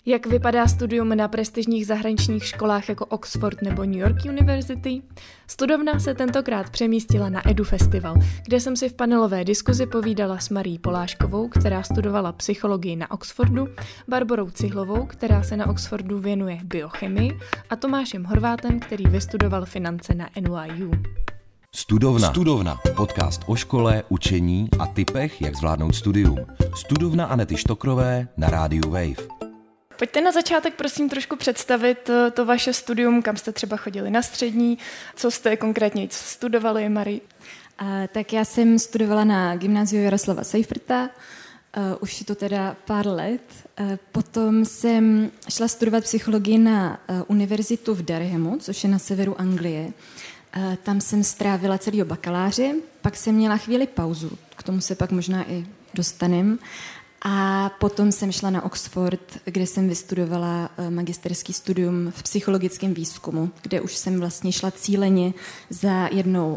Jak vypadá studium na prestižních zahraničních školách jako Oxford nebo New York University? Studovna se tentokrát přemístila na Edu Festival, kde jsem si v panelové diskuzi povídala s Marií Poláškovou, která studovala psychologii na Oxfordu, Barborou Cihlovou, která se na Oxfordu věnuje biochemii, a Tomášem Horvátem, který vystudoval finance na NYU. Studovna. Podcast o škole, učení a tipech, jak zvládnout studium. Studovna Anety Štokrové na rádiu Wave. Pojďte na začátek prosím trošku představit to vaše studium, kam jste třeba chodili na střední, co jste konkrétně studovali, Marie? Tak já jsem studovala na gymnáziu Jaroslava Seiferta, už je to teda pár let. Potom jsem šla studovat psychologii na univerzitu v Durhamu, což je na severu Anglie. Tam jsem strávila celého bakaláře, pak jsem měla chvíli pauzu, k tomu se pak možná i dostanem. A potom jsem šla na Oxford, kde jsem vystudovala magisterský studium v psychologickém výzkumu, kde už jsem vlastně šla cíleně za jednou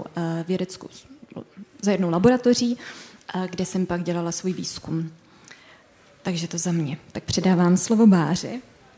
laboratoří, kde jsem pak dělala svůj výzkum. Takže to za mě. Tak předávám slovo Báře.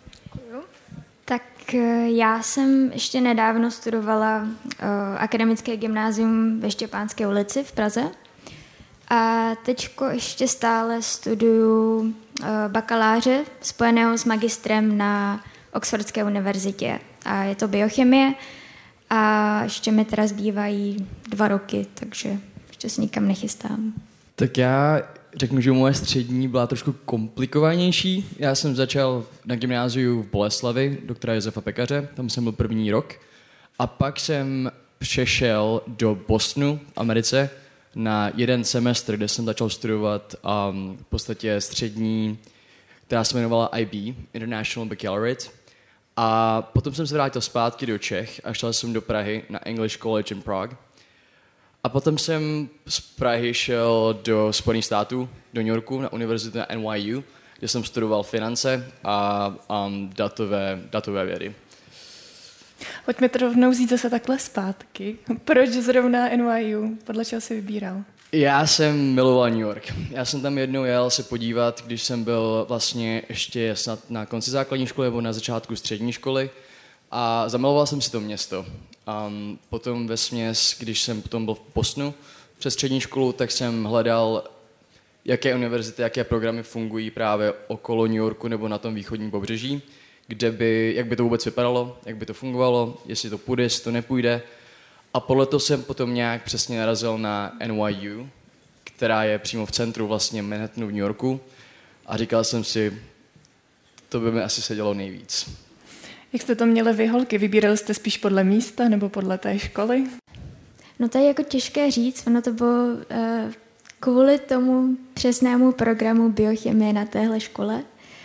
Tak já jsem ještě nedávno studovala akademické gymnázium ve Štěpánské ulici v Praze. A teďko ještě stále studuju bakaláře spojeného s magistrem na Oxfordské univerzitě. A je to biochemie a ještě mi teda zbývají 2 roky, takže ještě se nikam nechystám. Tak já řeknu, že moje střední byla trošku komplikovanější. Já jsem začal na gymnáziu v Boleslavi, doktora Josefa Pekaře, tam jsem byl první rok. A pak jsem přešel do Bostonu, Americe, na 1 semestr, kde jsem začal studovat v podstatě střední, která se jmenovala IB, International Baccalaureate. A potom jsem se vrátil zpátky do Čech a šel jsem do Prahy na English College in Prague. A potom jsem z Prahy šel do Spojených států, do New Yorku, na univerzitu na NYU, kde jsem studoval finance a datové vědy. Pojďme to rovnou vzít zase takhle zpátky. Proč zrovna NYU? Podle čeho jsi vybíral? Já jsem miloval New York. Já jsem tam jednou jel se podívat, když jsem byl vlastně ještě snad na konci základní školy nebo na začátku střední školy a zamiloval jsem si to město. Potom vesměs, když jsem potom byl v Bostonu přes střední školu, tak jsem hledal, jaké univerzity, jaké programy fungují právě okolo New Yorku nebo na tom východním pobřeží, jak by to vůbec vypadalo, jak by to fungovalo, jestli to půjde, jestli to nepůjde. A podle toho jsem potom nějak přesně narazil na NYU, která je přímo v centru vlastně Manhattanu v New Yorku. A říkal jsem si, to by mi asi sedělo nejvíc. Jak jste to měli vy, holky? Vybírali jste spíš podle místa nebo podle té školy? No to je jako těžké říct, ono to bylo kvůli tomu přesnému programu biochemie na téhle škole.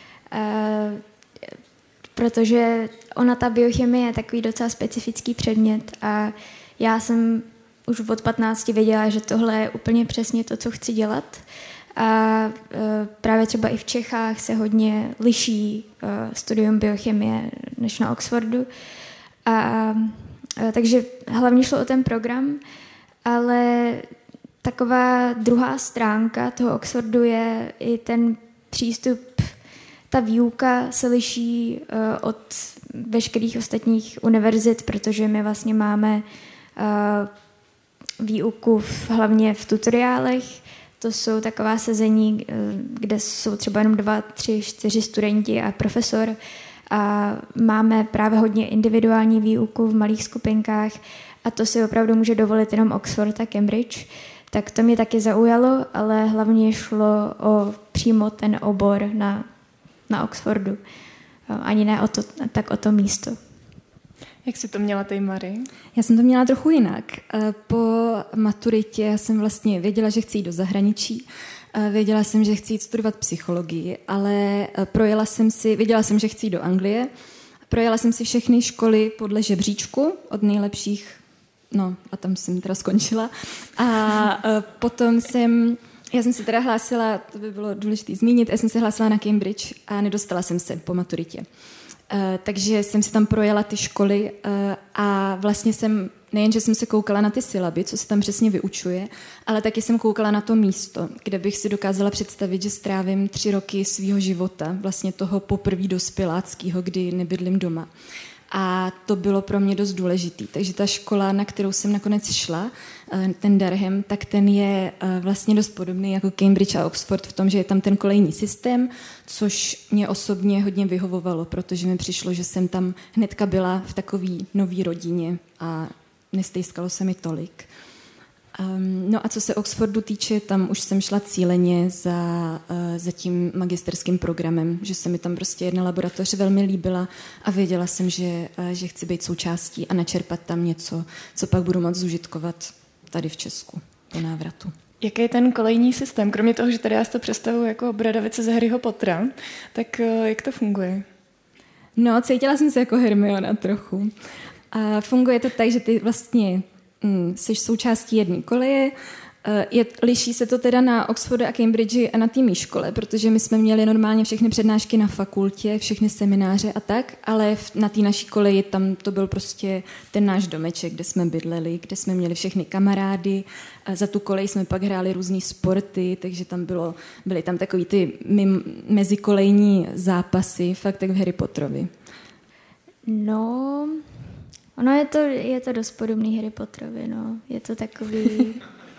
Protože ta biochemie je takový docela specifický předmět a já jsem už od 15 věděla, že tohle je úplně přesně to, co chci dělat. A právě třeba i v Čechách se hodně liší studium biochemie než na Oxfordu. Takže hlavně šlo o ten program, ale taková druhá stránka toho Oxfordu je i ten přístup. Ta výuka se liší od veškerých ostatních univerzit, protože my vlastně máme výuku hlavně v tutoriálech. To jsou taková sezení, kde jsou třeba jenom 2, 3, 4 studenti a profesor. A máme právě hodně individuální výuku v malých skupinkách a to si opravdu může dovolit jenom Oxford a Cambridge. Tak to mě taky zaujalo, ale hlavně šlo přímo ten obor na Oxfordu. Ani ne o to místo. Jak jsi to měla ty, Marie? Já jsem to měla trochu jinak. Po maturitě jsem vlastně věděla, že chci jít do zahraničí. Věděla jsem, že chci jít studovat psychologii, ale věděla jsem, že chci jít do Anglie. Projela jsem si všechny školy podle žebříčku od nejlepších, a tam jsem teda skončila. A potom já jsem se teda hlásila, to by bylo důležité zmínit, já jsem se hlásila na Cambridge a nedostala jsem se po maturitě. Takže jsem si tam projela ty školy A vlastně nejenže jsem se koukala na ty syllaby, co se tam přesně vyučuje, ale taky jsem koukala na to místo, kde bych si dokázala představit, že strávím 3 roky svýho života, vlastně toho poprvé dospěláckého, kdy nebydlím doma. A to bylo pro mě dost důležitý. Takže ta škola, na kterou jsem nakonec šla, ten Durham, tak ten je vlastně dost podobný jako Cambridge a Oxford v tom, že je tam ten kolejní systém, což mě osobně hodně vyhovovalo, protože mi přišlo, že jsem tam hnedka byla v takový nový rodině a nestejskalo se mi tolik. No a co se Oxfordu týče, tam už jsem šla cíleně za tím magisterským programem, že se mi tam prostě jedna laboratoř velmi líbila a věděla jsem, že chci být součástí a načerpat tam něco, co pak budu moct zužitkovat tady v Česku po návratu. Jaký je ten kolejní systém? Kromě toho, že tady já si to představuji jako bradavice ze Harryho Pottera, tak jak to funguje? No, cítila jsem se jako Hermiona trochu. A funguje to tak, že ty vlastně jsi součástí jedné koleje. Liší se to teda na Oxfordu a Cambridge a na té mý škole, protože my jsme měli normálně všechny přednášky na fakultě, všechny semináře a tak, ale na té naší koleji tam to byl prostě ten náš domeček, kde jsme bydleli, kde jsme měli všechny kamarády. Za tu kolej jsme pak hráli různý sporty, takže tam byly tam takový ty mezikolejní zápasy, fakt tak v Harry Potterovi. No, ono je to dost podobný Harry Potterovi, no. Je to takový...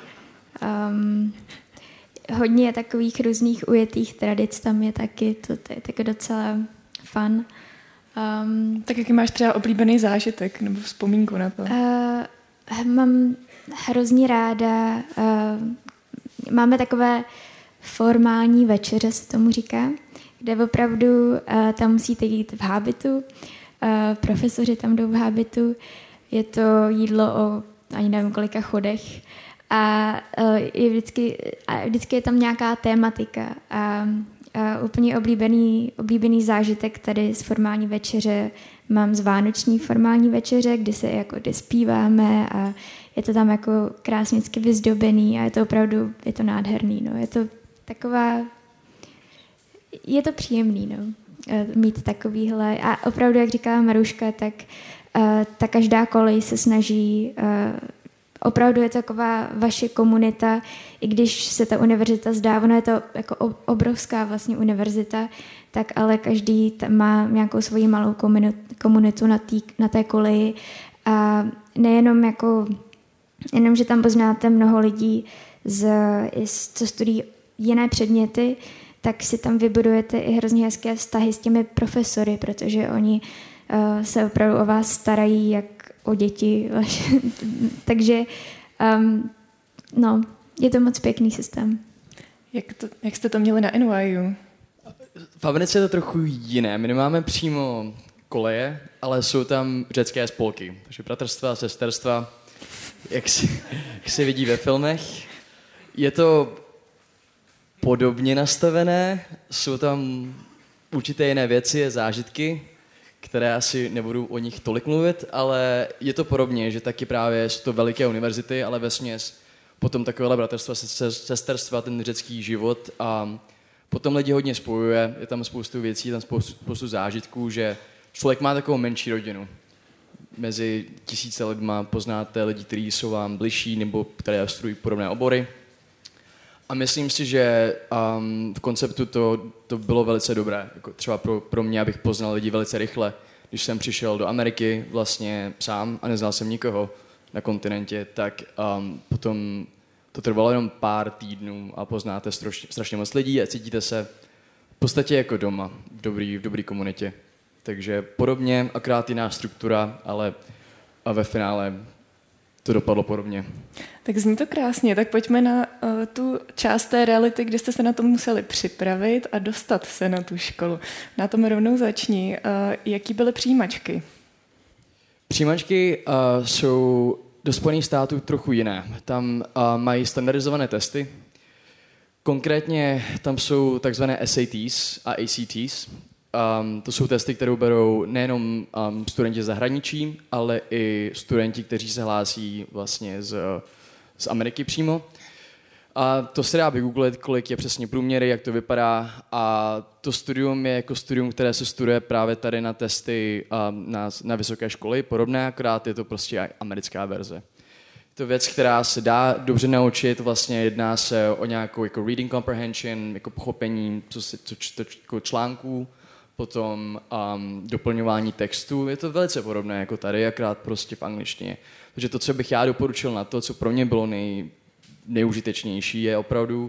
hodně takových různých ujetých tradic tam je taky, to je taky docela fun. Tak jaký máš třeba oblíbený zážitek nebo vzpomínku na to? Mám hrozně ráda, máme takové formální večeře, se tomu říká, kde opravdu tam musíte jít v hábitu, profesoři tam jdou v hábitu, je to jídlo o ani nevím kolika chodech a vždycky je tam nějaká tématika a úplně oblíbený zážitek tady z formální večeře mám z vánoční formální večeře, kdy se jako zpíváme a je to tam jako krásnicky vyzdobený a je to nádherný, no. Je to příjemný, no, mít takovýhle a opravdu, jak říkala Maruška, tak ta každá kolej se snaží opravdu je to taková vaše komunita, i když se ta univerzita zdá, ono je to jako obrovská vlastně univerzita, tak ale každý má nějakou svoji malou komunitu na té koleji a nejenom jenom, že tam poznáte mnoho lidí, co studují jiné předměty, tak si tam vybudujete i hrozně hezké vztahy s těmi profesory, protože oni se opravdu o vás starají jak o děti. Takže je to moc pěkný systém. Jak jste to měli na NYU? V Americe je to trochu jiné. My nemáme přímo koleje, ale jsou tam řecké spolky. Takže bratrstva, sesterstva, jak se vidí ve filmech. Je to podobně nastavené, jsou tam určité jiné věci, zážitky, které asi nebudu o nich tolik mluvit, ale je to podobně, že taky právě jsou to veliké univerzity, ale vesměs potom takovéhle bratrstva, sesterstva, ten řecký život a potom lidi hodně spojuje, je tam spoustu věcí, je tam spoustu zážitků, že člověk má takovou menší rodinu. Mezi 1000 lidma poznáte lidi, kteří jsou vám bližší nebo které studují podobné obory. A myslím si, že v konceptu to bylo velice dobré. Jako třeba pro mě, abych poznal lidi velice rychle. Když jsem přišel do Ameriky vlastně sám a neznal jsem nikoho na kontinentě, tak potom to trvalo jenom pár týdnů a poznáte strašně moc lidí a cítíte se v podstatě jako doma, v dobrý komunitě. Takže podobně, akorát jiná struktura, ale ve finále to dopadlo podobně. Tak zní to krásně, tak pojďme na tu část té reality, kdy jste se na to museli připravit a dostat se na tu školu. Na tom rovnou začni. Jaký byly přijímačky? Přijímačky jsou do Spojených států trochu jiné. Tam mají standardizované testy. Konkrétně tam jsou takzvané SATs a ACTs. To jsou testy, které berou nejenom studenti z zahraničí, ale i studenti, kteří se hlásí vlastně z Ameriky přímo. A to se dá vygooglit, kolik je přesně průměry, jak to vypadá. A to studium je jako studium, které se studuje právě tady na testy na vysoké školy. Podobné, akorát je to prostě americká verze. Je to věc, která se dá dobře naučit. Vlastně jedná se o nějakou jako reading comprehension, jako pochopení jako článků, potom doplňování textu. Je to velice podobné jako tady, akorát prostě v angličtině. Takže to, co bych já doporučil na to, co pro mě bylo nejužitečnější, je opravdu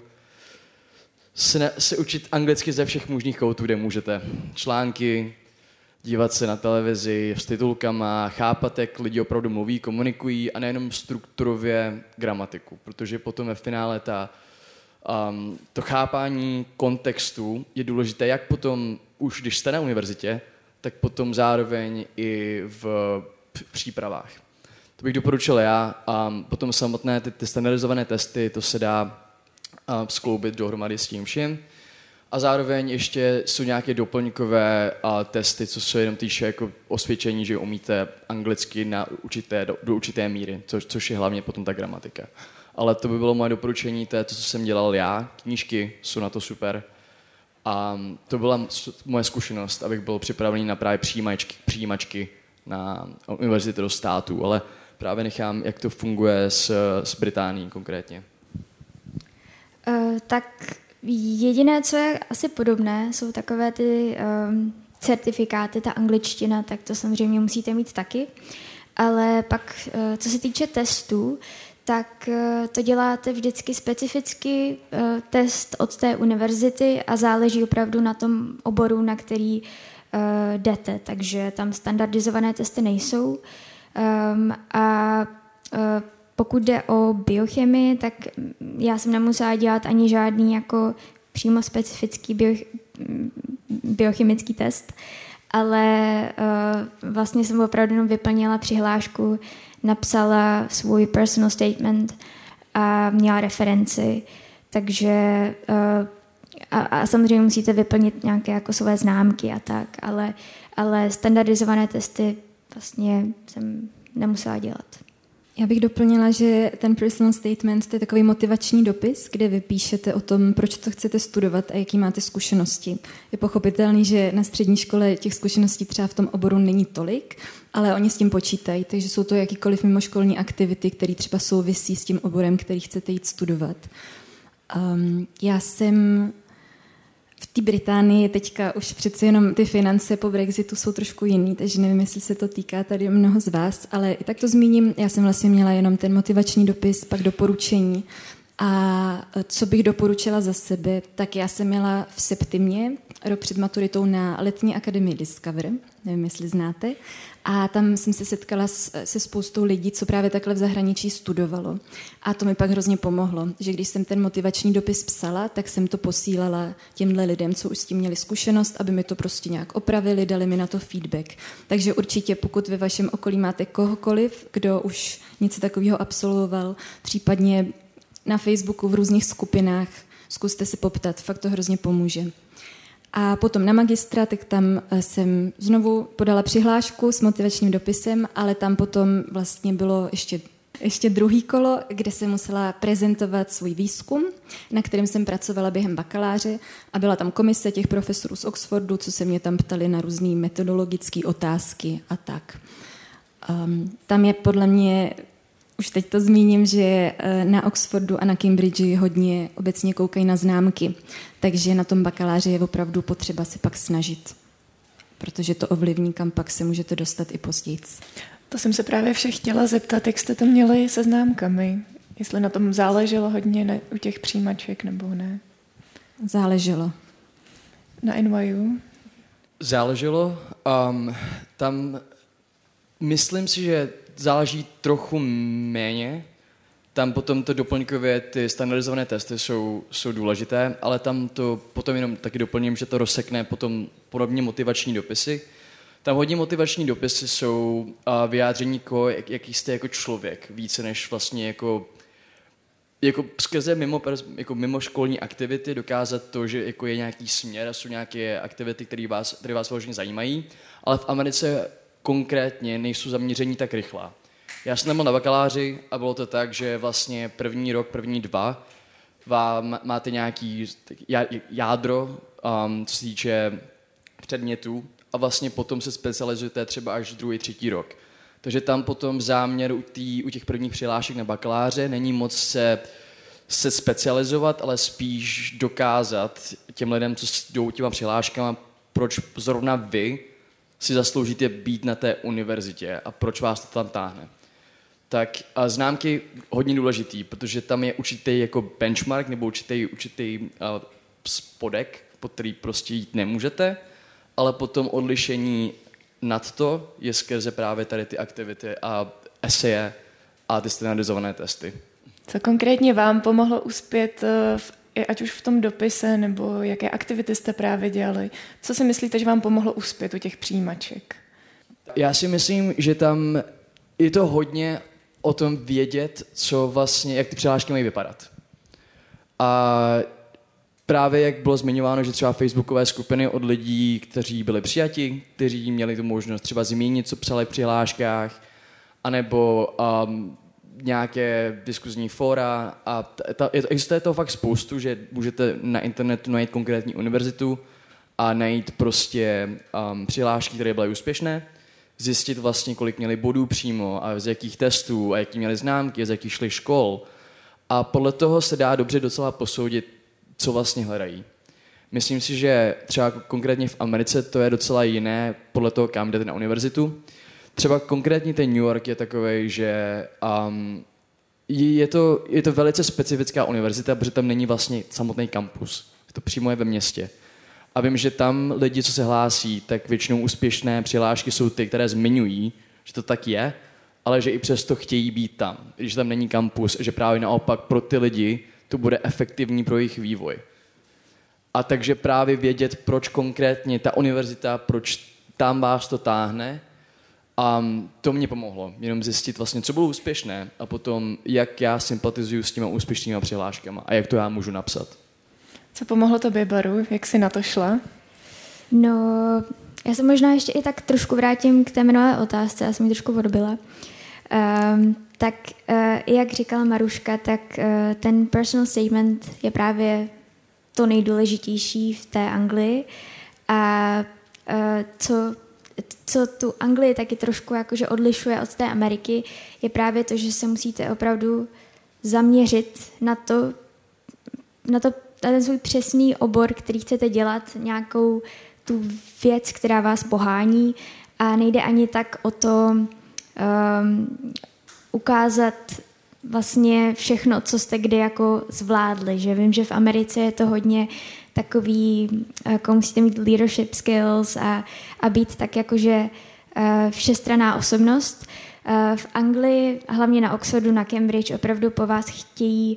se učit anglicky ze všech možných koutů, kde můžete. Články, dívat se na televizi s titulkama, chápat, jak lidi opravdu mluví, komunikují a nejenom strukturově gramatiku, protože potom ve finále to chápání kontextu je důležité, jak potom už když jste na univerzitě, tak potom zároveň i v přípravách. To bych doporučil já a potom samotné ty standardizované testy, to se dá skloubit dohromady s tím vším. A zároveň ještě jsou nějaké doplňkové testy, co se jenom týče jako osvědčení, že umíte anglicky do určité míry, což je hlavně potom ta gramatika. Ale to by bylo moje doporučení, to je to, co jsem dělal já. Knížky jsou na to super. A to byla moje zkušenost, abych byl připravený na právě přijímačky na univerzitu do států, ale právě nechám, jak to funguje s Británií konkrétně. Tak jediné, co je asi podobné, jsou takové ty certifikáty, ta angličtina, tak to samozřejmě musíte mít taky. Ale pak, co se týče testů, tak to děláte vždycky specificky test od té univerzity a záleží opravdu na tom oboru, na který jdete. Takže tam standardizované testy nejsou. Pokud jde o biochemii, tak já jsem nemusela dělat ani žádný jako přímo specifický biochemický test, ale vlastně jsem opravdu vyplnila přihlášku, napsala svůj personal statement a měla referenci, takže a samozřejmě musíte vyplnit nějaké jako své známky a tak, ale standardizované testy vlastně jsem nemusela dělat. Já bych doplnila, že ten personal statement to je takový motivační dopis, kde vy píšete o tom, proč to chcete studovat a jaký máte zkušenosti. Je pochopitelný, že na střední škole těch zkušeností třeba v tom oboru není tolik, ale oni s tím počítají, takže jsou to jakýkoliv mimoškolní aktivity, které třeba souvisí s tím oborem, který chcete jít studovat. Já jsem v té Británii teďka už přeci jenom ty finance po Brexitu jsou trošku jiný, takže nevím, jestli se to týká tady mnoho z vás, ale i tak to zmíním. Já jsem vlastně měla jenom ten motivační dopis, pak doporučení. A co bych doporučila za sebe, tak já jsem měla v Septimě rok před maturitou na letní akademii Discover, nevím, jestli znáte, a tam jsem se setkala se spoustou lidí, co právě takhle v zahraničí studovalo. A to mi pak hrozně pomohlo, že když jsem ten motivační dopis psala, tak jsem to posílala těmhle lidem, co už s tím měli zkušenost, aby mi to prostě nějak opravili, dali mi na to feedback. Takže určitě, pokud ve vašem okolí máte kohokoliv, kdo už něco takového absolvoval, případně na Facebooku v různých skupinách, zkuste si poptat, fakt to hrozně pomůže. A potom na magistra, tak tam jsem znovu podala přihlášku s motivačním dopisem, ale tam potom vlastně bylo ještě druhý kolo, kde jsem musela prezentovat svůj výzkum, na kterém jsem pracovala během bakaláře a byla tam komise těch profesorů z Oxfordu, co se mě tam ptali na různé metodologické otázky a tak. Tam je podle mě, už teď to zmíním, že na Oxfordu a na Cambridge hodně obecně koukají na známky, takže na tom bakaláři je opravdu potřeba se pak snažit, protože to ovlivní, kam pak se můžete dostat i později. To jsem se právě všech chtěla zeptat, jak jste to měli se známkami, jestli na tom záleželo hodně u těch přijímaček nebo ne. Záleželo. Na NYU? Záleželo. Tam myslím si, že záleží trochu méně. Tam potom to doplňkově, ty standardizované testy jsou důležité, ale tam to potom jenom taky doplním, že to rozsekne potom podobně motivační dopisy. Tam hodně motivační dopisy jsou vyjádření, jaký jste jako člověk, více než vlastně jako skrze mimoškolní aktivity dokázat to, že jako je nějaký směr a jsou nějaké aktivity, které vás vložně zajímají, ale v Americe konkrétně nejsou zaměření tak rychlá. Já jsem byl na bakaláři a bylo to tak, že vlastně první rok, první dva máte nějaký jádro, co se týče předmětů a vlastně potom se specializujete třeba až 2., 3. rok. Takže tam potom záměr u těch prvních přihlášek na bakaláře není moc se specializovat, ale spíš dokázat těm lidem, co jdou těma přihláškama, proč zrovna vy si zasloužíte být na té univerzitě a proč vás to tam táhne. Tak a známky hodně důležitý, protože tam je určitý jako benchmark nebo určitý spodek, pod který prostě jít nemůžete, ale potom odlišení nad to je skrze právě tady ty aktivity a eseje a ty standardizované testy. Co konkrétně vám pomohlo uspět, ať už v tom dopise, nebo jaké aktivity jste právě dělali? Co si myslíte, že vám pomohlo uspět u těch přijímaček? Já si myslím, že tam je to hodně o tom vědět, co vlastně, jak ty přihlášky mají vypadat. A právě jak bylo zmiňováno, že třeba facebookové skupiny od lidí, kteří byli přijati, kteří měli tu možnost třeba zmínit, co psali v přihláškách, anebo nějaké diskuzní fóra a existuje toho fakt spoustu, že můžete na internetu najít konkrétní univerzitu a najít prostě přihlášky, které byly úspěšné, zjistit vlastně, kolik měli bodů přímo a z jakých testů a jaký měli známky, z jakých šli škol. A podle toho se dá dobře docela posoudit, co vlastně hledají. Myslím si, že třeba konkrétně v Americe to je docela jiné podle toho, kam jdete na univerzitu. Třeba konkrétně ten New York je takovej, že je to velice specifická univerzita, protože tam není vlastně samotný kampus. To přímo je ve městě. A vím, že tam lidi, co se hlásí, tak většinou úspěšné přihlášky jsou ty, které zmiňují, že to tak je, ale že i přesto chtějí být tam. Když tam není kampus, že právě naopak pro ty lidi to bude efektivní pro jejich vývoj. A takže právě vědět, proč konkrétně ta univerzita, proč tam vás to táhne, a to mě pomohlo. Jenom zjistit vlastně, co bylo úspěšné a potom, jak já sympatizuju s těma úspěšnými přihláškama a jak to já můžu napsat. Co pomohlo tobě, Baru? Jak jsi na to šla? No, já se možná ještě i tak trošku vrátím k té minulé otázce, já jsem ji trošku odbyla. Jak říkala Maruška, tak ten personal statement je právě to nejdůležitější v té Anglii. A co tu Anglii taky trošku jakože odlišuje od té Ameriky, je právě to, že se musíte opravdu zaměřit na ten svůj přesný obor, který chcete dělat, nějakou tu věc, která vás pohání, a nejde ani tak o to ukázat vlastně všechno, co jste kdy jako zvládli. Že vím, že v Americe je to hodně takový, jako musíte mít leadership skills a být tak jakože všestranná osobnost. V Anglii, hlavně na Oxfordu, na Cambridge, opravdu po vás chtějí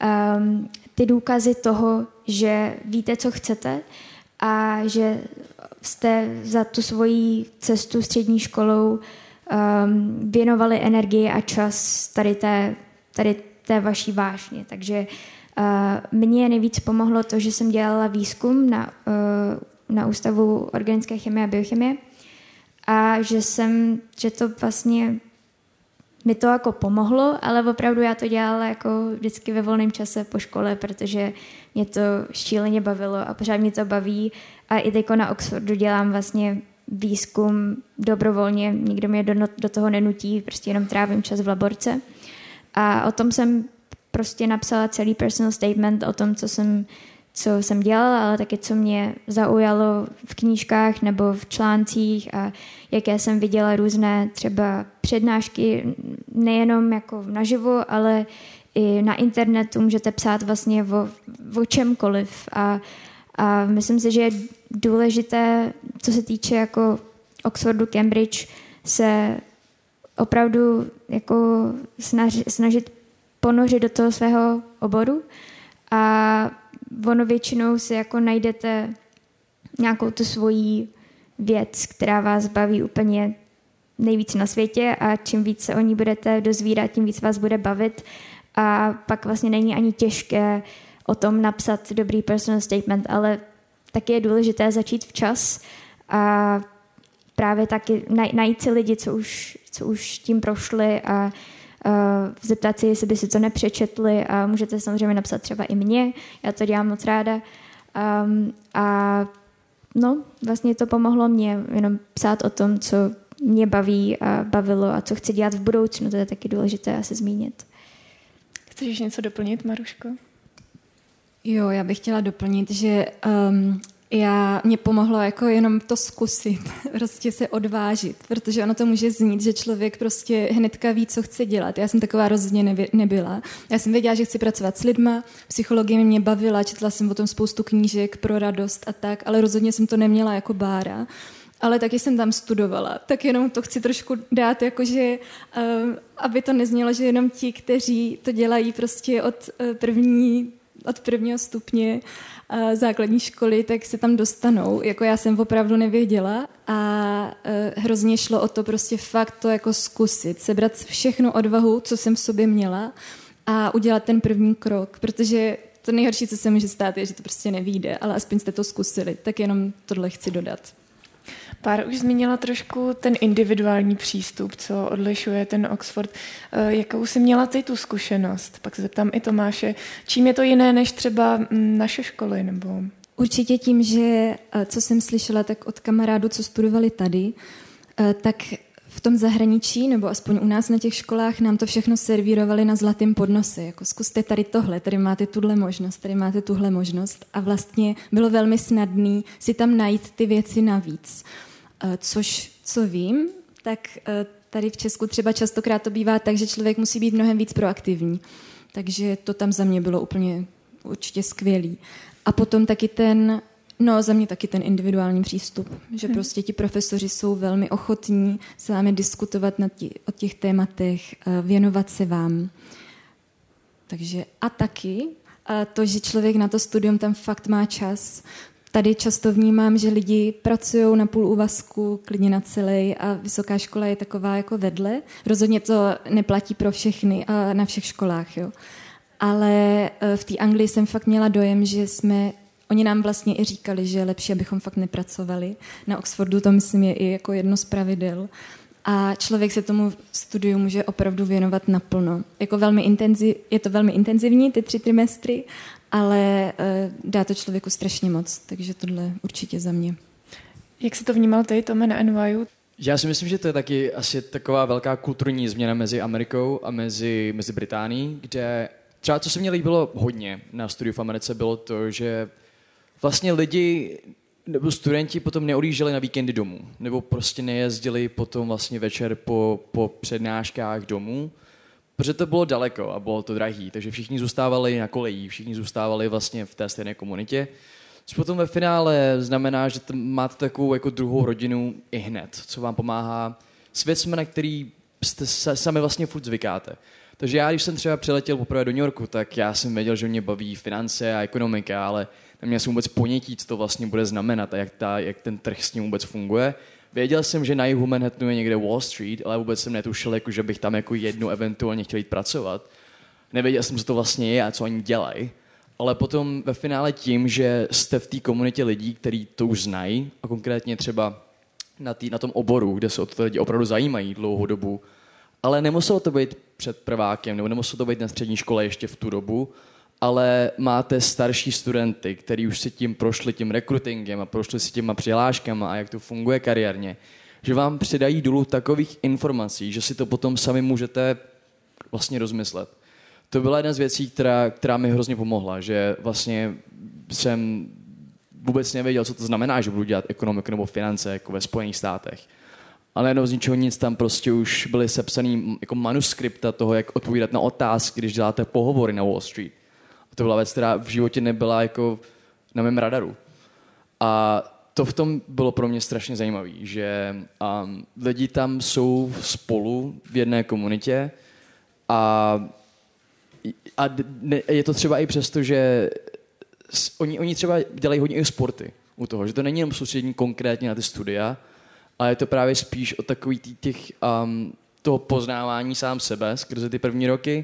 ty důkazy toho, že víte, co chcete a že jste za tu svoji cestu střední školou věnovali energii a čas tady té vaší vášně. Takže mně nejvíc pomohlo to, že jsem dělala výzkum na Ústavu organické chemie a biochemie a že to vlastně mi to jako pomohlo, ale opravdu já to dělala jako vždycky ve volném čase po škole, protože mě to šíleně bavilo a pořád mě to baví. A i teďko na Oxfordu dělám vlastně výzkum dobrovolně, nikdo mě do toho nenutí, prostě jenom trávím čas v laborce. A o tom jsem prostě napsala celý personal statement o tom, co jsem dělala, ale taky co mě zaujalo v knížkách nebo v článcích a jaké jsem viděla různé třeba přednášky, nejenom jako naživo, ale i na internetu můžete psát vlastně o čemkoliv. A myslím si, že je důležité, co se týče jako Oxfordu, Cambridge, se opravdu jako snažit ponořit do toho svého oboru a ono většinou si jako najdete nějakou tu svoji věc, která vás baví úplně nejvíc na světě a čím víc se o ní budete dozvídat, tím víc vás bude bavit a pak vlastně není ani těžké o tom napsat dobrý personal statement, ale taky je důležité začít včas a právě taky najít si lidi, co už tím prošli a zeptat si, jestli by si to nepřečetli a můžete samozřejmě napsat třeba i mě, já to dělám moc ráda. A vlastně to pomohlo mě jenom psát o tom, co mě baví a bavilo a co chci dělat v budoucnu, to je taky důležité asi zmínit. Chceš něco doplnit, Maruško? Jo, já bych chtěla doplnit, že mě pomohlo jako jenom to zkusit, prostě se odvážit, protože ono to může znít, že člověk prostě hnedka ví, co chce dělat. Já jsem taková rozhodně nebyla. Já jsem věděla, že chci pracovat s lidma, psychologie mě bavila, četla jsem o tom spoustu knížek pro radost a tak, ale rozhodně jsem to neměla jako bára. Ale taky jsem tam studovala, tak jenom to chci trošku dát, jakože, aby to neznělo, že jenom ti, kteří to dělají prostě od prvního stupně základní školy, tak se tam dostanou. Jako já jsem opravdu nevěděla a hrozně šlo o to prostě fakt to jako zkusit, sebrat všechnu odvahu, co jsem v sobě měla a udělat ten první krok, protože to nejhorší, co se může stát, je, že to prostě nevyjde, ale aspoň jste to zkusili, tak jenom tohle chci dodat. Pár už zmínila trošku ten individuální přístup, co odlišuje ten Oxford. Jakou jsi měla ty tu zkušenost? Pak se zeptám i Tomáše, čím je to jiné než třeba naše školy? Nebo... Určitě tím, že co jsem slyšela tak od kamarádů, co studovali tady, tak v tom zahraničí, nebo aspoň u nás na těch školách, nám to všechno servírovali na zlatém podnose. Jako zkuste tady tohle, tady máte tuhle možnost. A vlastně bylo velmi snadné si tam najít ty věci navíc. Což, co vím, tak tady v Česku třeba častokrát to bývá tak, že člověk musí být mnohem víc proaktivní. Takže to tam za mě bylo úplně určitě skvělý. A potom taky za mě taky ten individuální přístup, že prostě ti profesoři jsou velmi ochotní s vámi diskutovat o těch tématech, věnovat se vám. Takže a taky to, že člověk na to studium tam fakt má čas. Tady často vnímám, že lidi pracují na půl úvazku, klidně na celý a vysoká škola je taková jako vedle. Rozhodně to neplatí pro všechny a na všech školách, jo. Ale v té Anglii jsem fakt měla dojem, že oni nám vlastně i říkali, že je lepší, abychom fakt nepracovali. Na Oxfordu to, myslím, je i jako jedno z pravidel. A člověk se tomu studiu může opravdu věnovat naplno. Jako je to velmi intenzivní, ty 3 trimestry, ale dá to člověku strašně moc, takže tohle určitě za mě. Jak jsi to vnímal ty, Tome, na NYU? Já si myslím, že to je taky asi taková velká kulturní změna mezi Amerikou a mezi Británií, kde třeba co se mně líbilo hodně na studiu v Americe, bylo to, že vlastně lidi nebo studenti potom neodjížděli na víkendy domů, nebo prostě nejezdili potom vlastně večer po přednáškách domů, protože to bylo daleko a bylo to drahý, takže všichni zůstávali na kolejích, všichni zůstávali vlastně v té stejné komunitě, což potom ve finále znamená, že máte takovou jako druhou rodinu i hned, co vám pomáhá s věcmi, na který jste sami vlastně furt zvykáte. Takže já, když jsem třeba přiletěl poprvé do New Yorku, tak já jsem věděl, že mě baví finance a ekonomika, ale neměl jsem vůbec ponětí, co to vlastně bude znamenat a jak ten trh s ním vůbec funguje. Věděl jsem, že na jihu Manhattanu je někde Wall Street, ale vůbec jsem netušil, jako, že bych tam jako jednou eventuálně chtěl jít pracovat. Nevěděl jsem, co to vlastně je a co oni dělají. Ale potom ve finále tím, že jste v té komunitě lidí, kteří to už znají, a konkrétně třeba na tom oboru, kde se o to lidi opravdu zajímají dlouhou dobu, ale nemuselo to být před prvákem, nebo nemuselo to být na střední škole ještě v tu dobu, ale máte starší studenty, kteří už si tím prošli tím rekrutingem a prošli si těma přihláškama a jak to funguje kariérně, že vám přidají dolů takových informací, že si to potom sami můžete vlastně rozmyslet. To byla jedna z věcí, která mi hrozně pomohla, že vlastně jsem vůbec nevěděl, co to znamená, že budu dělat ekonomiku nebo finance jako ve Spojených státech. Ale jenom z ničeho nic tam prostě už byly sepsaný jako manuskripta toho, jak odpovídat na otázky, když děláte pohovory na Wall Street. A to byla věc, která v životě nebyla jako na mém radaru. A to v tom bylo pro mě strašně zajímavé, že lidi tam jsou spolu v jedné komunitě a je to třeba i přesto, že oni třeba dělají hodně i sporty u toho, že to není jenom soustředění konkrétně na ty studia, ale je to právě spíš o takový toho poznávání sám sebe skrze ty první roky.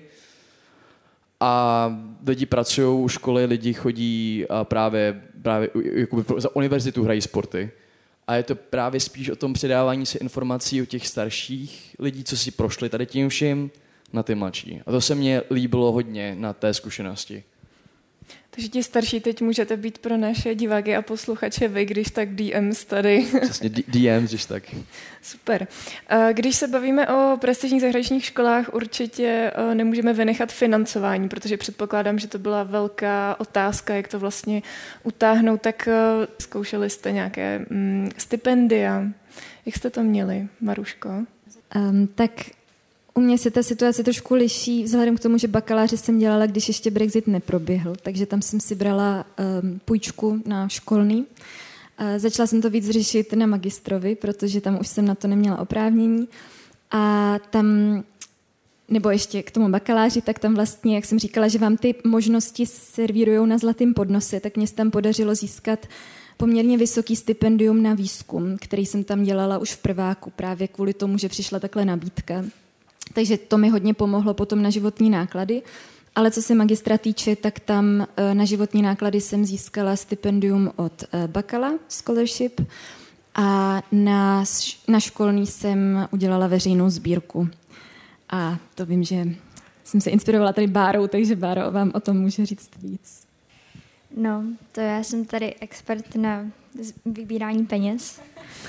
A lidi pracují u školy, lidi chodí právě za univerzitu hrají sporty. A je to právě spíš o tom předávání si informací o těch starších lidí, co si prošli tady tím vším, na ty mladší. A to se mně líbilo hodně na té zkušenosti. Takže ti starší teď můžete být pro naše diváky a posluchače vy, když tak DMs tady. Přesně, DMs, když tak. Super. Když se bavíme o prestižních zahraničních školách, určitě nemůžeme vynechat financování, protože předpokládám, že to byla velká otázka, jak to vlastně utáhnout. Tak zkoušeli jste nějaké stipendia. Jak jste to měli, Maruško? Tak u mě se ta situace trošku liší, vzhledem k tomu, že bakaláře jsem dělala, když ještě Brexit neproběhl, takže tam jsem si brala půjčku na školný. Začala jsem to víc řešit na magistrovi, protože tam už jsem na to neměla oprávnění. A tam, nebo ještě k tomu bakaláři, tak tam vlastně, jak jsem říkala, že vám ty možnosti servírujou na zlatém podnose, tak mě se tam podařilo získat poměrně vysoký stipendium na výzkum, který jsem tam dělala už v prváku, právě kvůli tomu, že přišla takhle nabídka. Takže to mi hodně pomohlo potom na životní náklady. Ale co se magistra týče, tak tam na životní náklady jsem získala stipendium od Bakala Scholarship a na školní jsem udělala veřejnou sbírku. A to vím, že jsem se inspirovala tady Bárou, takže Báro vám o tom může říct víc. No, to já jsem tady expert na vybírání peněz.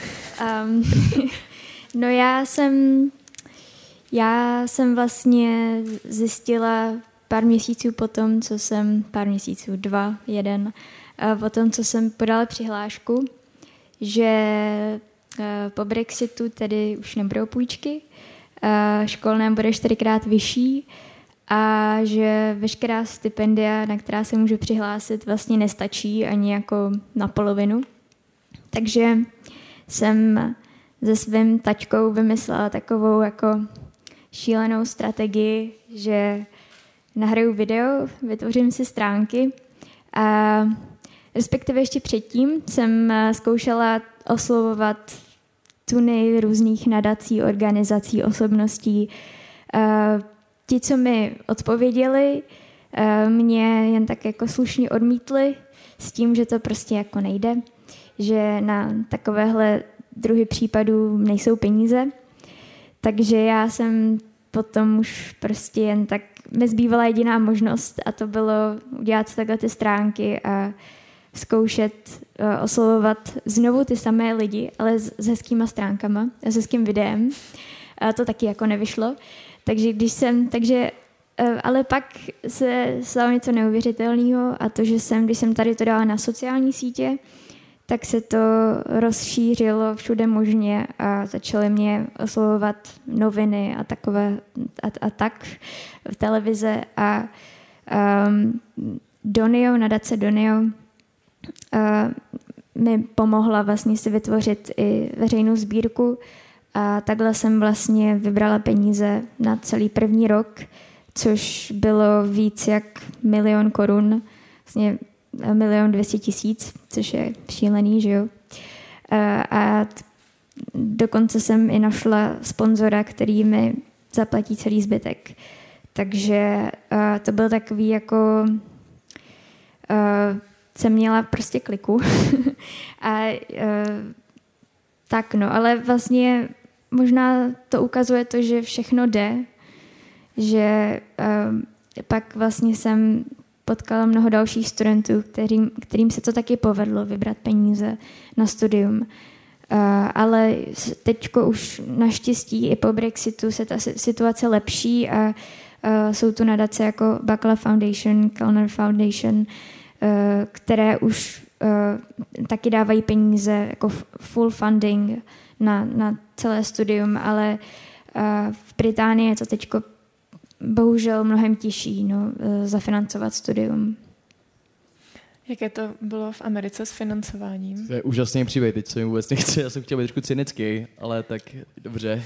No já jsem vlastně zjistila pár měsíců potom, co jsem, potom, co jsem podala přihlášku, že po Brexitu tedy už nebudou půjčky, školné bude 4x vyšší a že veškerá stipendia, na která se můžu přihlásit, vlastně nestačí ani jako na polovinu. Takže jsem se svým taťkou vymyslela takovou jako šílenou strategii, že nahraju video, vytvořím si stránky a respektive ještě předtím jsem zkoušela oslovovat tuny různých nadací, organizací, osobností. Ti, co mi odpověděli, mě jen tak jako slušně odmítli s tím, že to prostě jako nejde, že na takovéhle druhy případů nejsou peníze. Takže já jsem potom už prostě jen tak, mi zbývala jediná možnost a to bylo udělat si takhle ty stránky a zkoušet oslovovat znovu ty samé lidi, ale s hezkýma stránkama a s hezkým videem. A to taky jako nevyšlo. Ale pak se stalo něco neuvěřitelného a to, že když jsem tady to dala na sociální sítě, tak se to rozšířilo všude možně a začaly mě oslovovat noviny a takové a tak v televize a Donio, nadace Donio mi pomohla vlastně si vytvořit i veřejnou sbírku a takhle jsem vlastně vybrala peníze na celý první rok, což bylo víc jak 1 000 000 korun, vlastně 1 200 000, což je šílený, že jo. A dokonce jsem i našla sponzora, který mi zaplatí celý zbytek. Takže to byl takový jako jsem měla prostě kliku. Tak no, ale vlastně možná to ukazuje to, že všechno jde, že pak vlastně jsem potkala mnoho dalších studentů, kterým se to taky povedlo vybrat peníze na studium. Ale teďko už naštěstí i po Brexitu se ta situace lepší a jsou tu nadace jako Bakala Foundation, Kellner Foundation, které už taky dávají peníze jako full funding na celé studium, ale v Británii je to teďko bohužel mnohem těžší zafinancovat studium. Jaké to bylo v Americe s financováním? To je úžasný příběh, teď se mi vůbec nechci, já jsem chtěl být trošku cynický, ale tak dobře.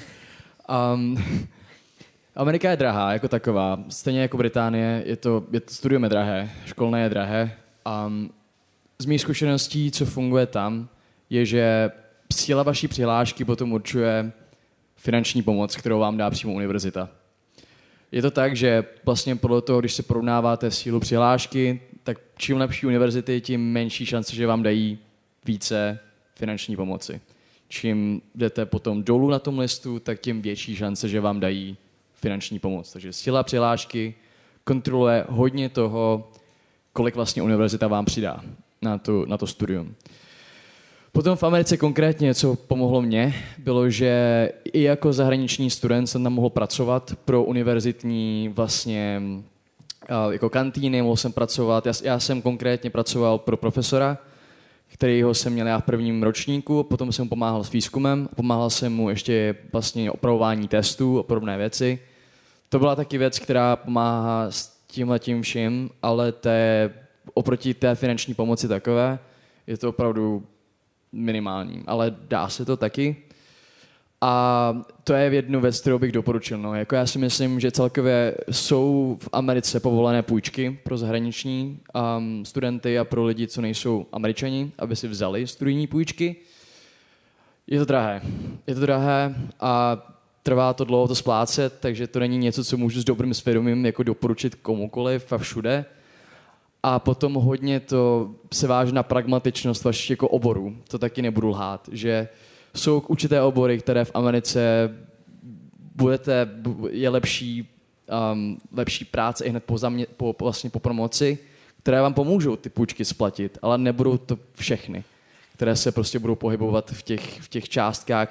Amerika je drahá jako taková, stejně jako Británie, studium je drahé, školné je drahé. Z mých zkušeností, co funguje tam, je, že síla vaší přihlášky potom určuje finanční pomoc, kterou vám dá přímo univerzita. Je to tak, že vlastně podle toho, když se porovnáváte sílu přihlášky, tak čím lepší univerzity, tím menší šance, že vám dají více finanční pomoci. Čím jdete potom dolů na tom listu, tak tím větší šance, že vám dají finanční pomoc. Takže síla přihlášky kontroluje hodně toho, kolik vlastně univerzita vám přidá na to studium. Potom v Americe konkrétně, co pomohlo mně, bylo, že i jako zahraniční student jsem tam mohl pracovat pro univerzitní vlastně jako kantýny, mohl jsem pracovat. Já jsem konkrétně pracoval pro profesora, kterýho jsem měl já v prvním ročníku, potom jsem mu pomáhal s výzkumem, pomáhal jsem mu ještě vlastně opravování testů a podobné věci. To byla taky věc, která pomáhá s tímhletím vším, ale oproti té finanční pomoci takové je to opravdu minimální, ale dá se to taky. A to je jednu věc, kterou bych doporučil. No. Jako já si myslím, že celkově jsou v Americe povolené půjčky pro zahraniční studenty a pro lidi, co nejsou Američani, aby si vzali studijní půjčky. Je to drahé a trvá to dlouho to splácet, takže to není něco, co můžu s dobrým svědomím jako doporučit komukoliv a všude. A potom hodně to se váže na pragmatičnost vašich jako oborů. To taky nebudu lhát, že jsou určité obory, které v Americe je lepší práce i hned po promoci, které vám pomůžou ty půjčky splatit, ale nebudou to všechny, které se prostě budou pohybovat v těch částkách,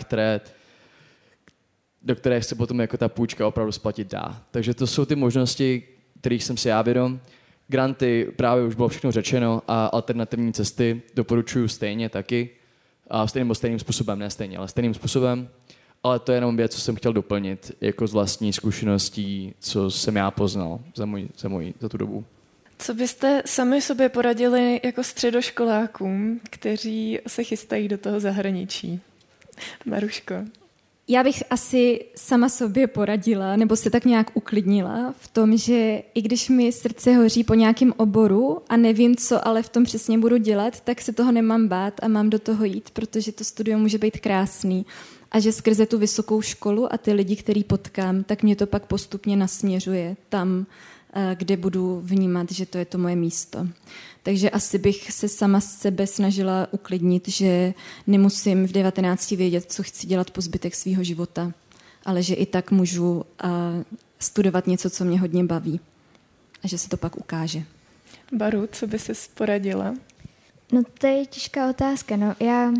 do kterých se potom jako ta půjčka opravdu splatit dá. Takže to jsou ty možnosti, kterých jsem si já vědom. Granty právě už bylo všechno řečeno a alternativní cesty doporučuji stejně taky. Stejným způsobem, ne stejně, ale stejným způsobem. Ale to je jenom věc, co jsem chtěl doplnit jako z vlastní zkušeností, co jsem já poznal za tu dobu. Co byste sami sobě poradili jako středoškolákům, kteří se chystají do toho zahraničí? Maruško. Já bych asi sama sobě poradila, nebo se tak nějak uklidnila v tom, že i když mi srdce hoří po nějakém oboru a nevím, co ale v tom přesně budu dělat, tak se toho nemám bát a mám do toho jít, protože to studium může být krásný. A že skrze tu vysokou školu a ty lidi, který potkám, tak mě to pak postupně nasměřuje tam, kde budu vnímat, že to je to moje místo. Takže asi bych se sama sebe snažila uklidnit, že nemusím v 19 vědět, co chci dělat po zbytek svého života, ale že i tak můžu studovat něco, co mě hodně baví a že se to pak ukáže. Baru, co by ses poradila? No to je těžká otázka. No. Já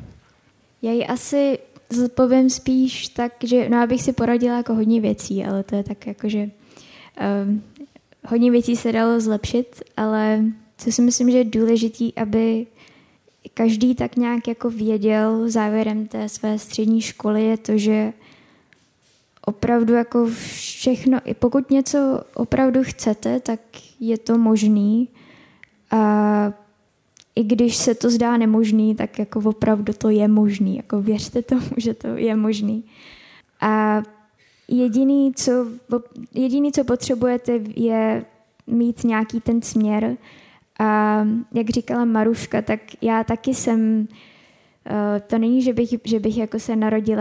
ji asi zodpovím spíš tak, že abych si poradila jako hodně věcí, ale to je tak jako, že hodně věcí se dalo zlepšit, ale co si myslím, že je důležitý, aby každý tak nějak jako věděl závěrem té své střední školy, je to, že opravdu jako všechno, i pokud něco opravdu chcete, tak je to možný a i když se to zdá nemožný, tak jako opravdu to je možný, jako věřte tomu, že to je možný. A jediný, co potřebujete, je mít nějaký ten směr. A jak říkala Maruška, tak já taky jsem, to není, že bych jako se narodila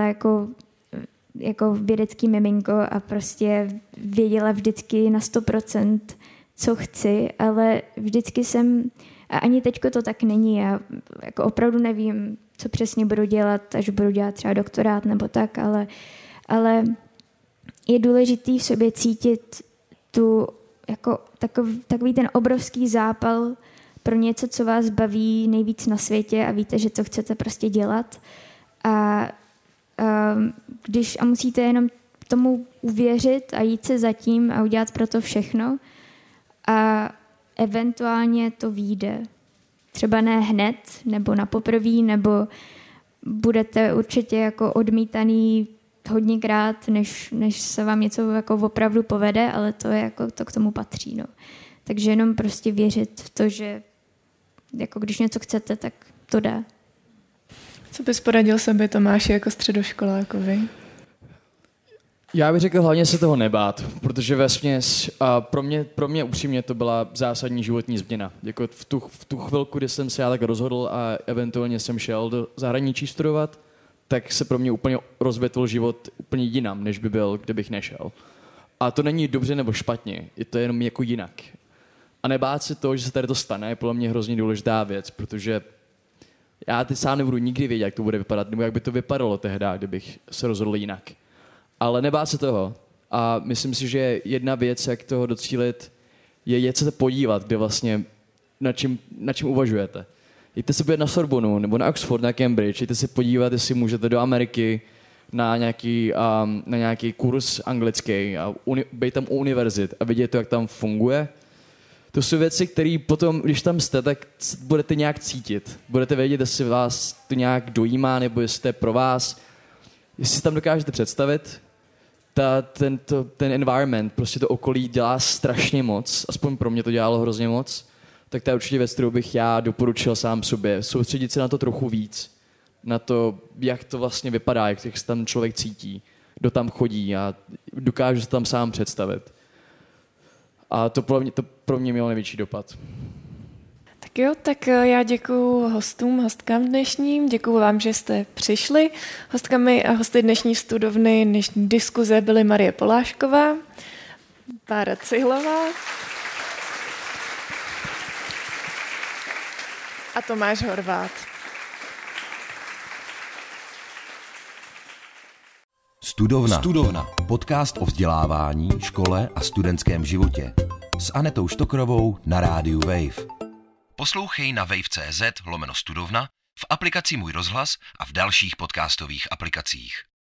jako vědecký miminko a prostě věděla vždycky na 100%, co chci, ale vždycky jsem, a ani teďko to tak není, já jako opravdu nevím, co přesně budu dělat, až budu dělat třeba doktorát nebo tak, ale je důležitý v sobě cítit tu jako takový ten obrovský zápal pro něco, co vás baví nejvíc na světě a víte, že to chcete prostě dělat. A musíte jenom tomu uvěřit a jít se za tím a udělat pro to všechno a eventuálně to vyjde. Třeba ne hned, nebo na poprví, nebo budete určitě jako odmítaný hodněkrát, než se vám něco jako opravdu povede, ale to je jako to k tomu patří. No. Takže jenom prostě věřit v to, že jako když něco chcete, tak to dá. Co bys poradil sobě, Tomáši, jako středoškolákovi? Já bych řekl hlavně se toho nebát, protože vesměs pro mě upřímně to byla zásadní životní změna. Jako v tu chvilku, kdy jsem se já tak rozhodl a eventuálně jsem šel do zahraničí studovat, tak se pro mě úplně rozvětvil život úplně jinam, než by byl, kdybych nešel. A to není dobře nebo špatně, je to jenom jako jinak. A nebát se toho, že se tady to stane, je podle mě hrozně důležitá věc, protože já teď sám nebudu nikdy vědět, jak to bude vypadat, nebo jak by to vypadalo tehdy, kdybych se rozhodl jinak. Ale nebát se toho A myslím si, že jedna věc, jak toho docílit, je jet se podívat, kde vlastně, na čím uvažujete. Jděte se podívat na Sorbonu nebo na Oxford, na Cambridge, jděte se podívat, jestli můžete do Ameriky na nějaký kurz anglický a být tam u univerzit a vidět to, jak tam funguje. To jsou věci, které potom, když tam jste, tak budete nějak cítit. Budete vědět, jestli vás to nějak dojímá, nebo jestli to je pro vás. Jestli si tam dokážete představit, ten environment, prostě to okolí dělá strašně moc, aspoň pro mě to dělalo hrozně moc, tak to je určitě věc, kterou bych já doporučil sám sobě. Soustředit se na to trochu víc, na to, jak to vlastně vypadá, jak se tam člověk cítí, kdo tam chodí a dokáže se tam sám představit. A to pro mě mělo největší dopad. Tak jo, tak já děkuju hostkám dnešním, děkuju vám, že jste přišli. Hostkami a hosty dnešní studovny, dnešní diskuze byly Marie Polášková, Bára Cihlová a Tomáš Horvát. Studovna. Podcast o vzdělávání, škole a studentském životě. S Anetou Štokrovou na rádiu Wave. Poslouchej na wave.cz/studovna, v aplikaci Můj rozhlas a v dalších podcastových aplikacích.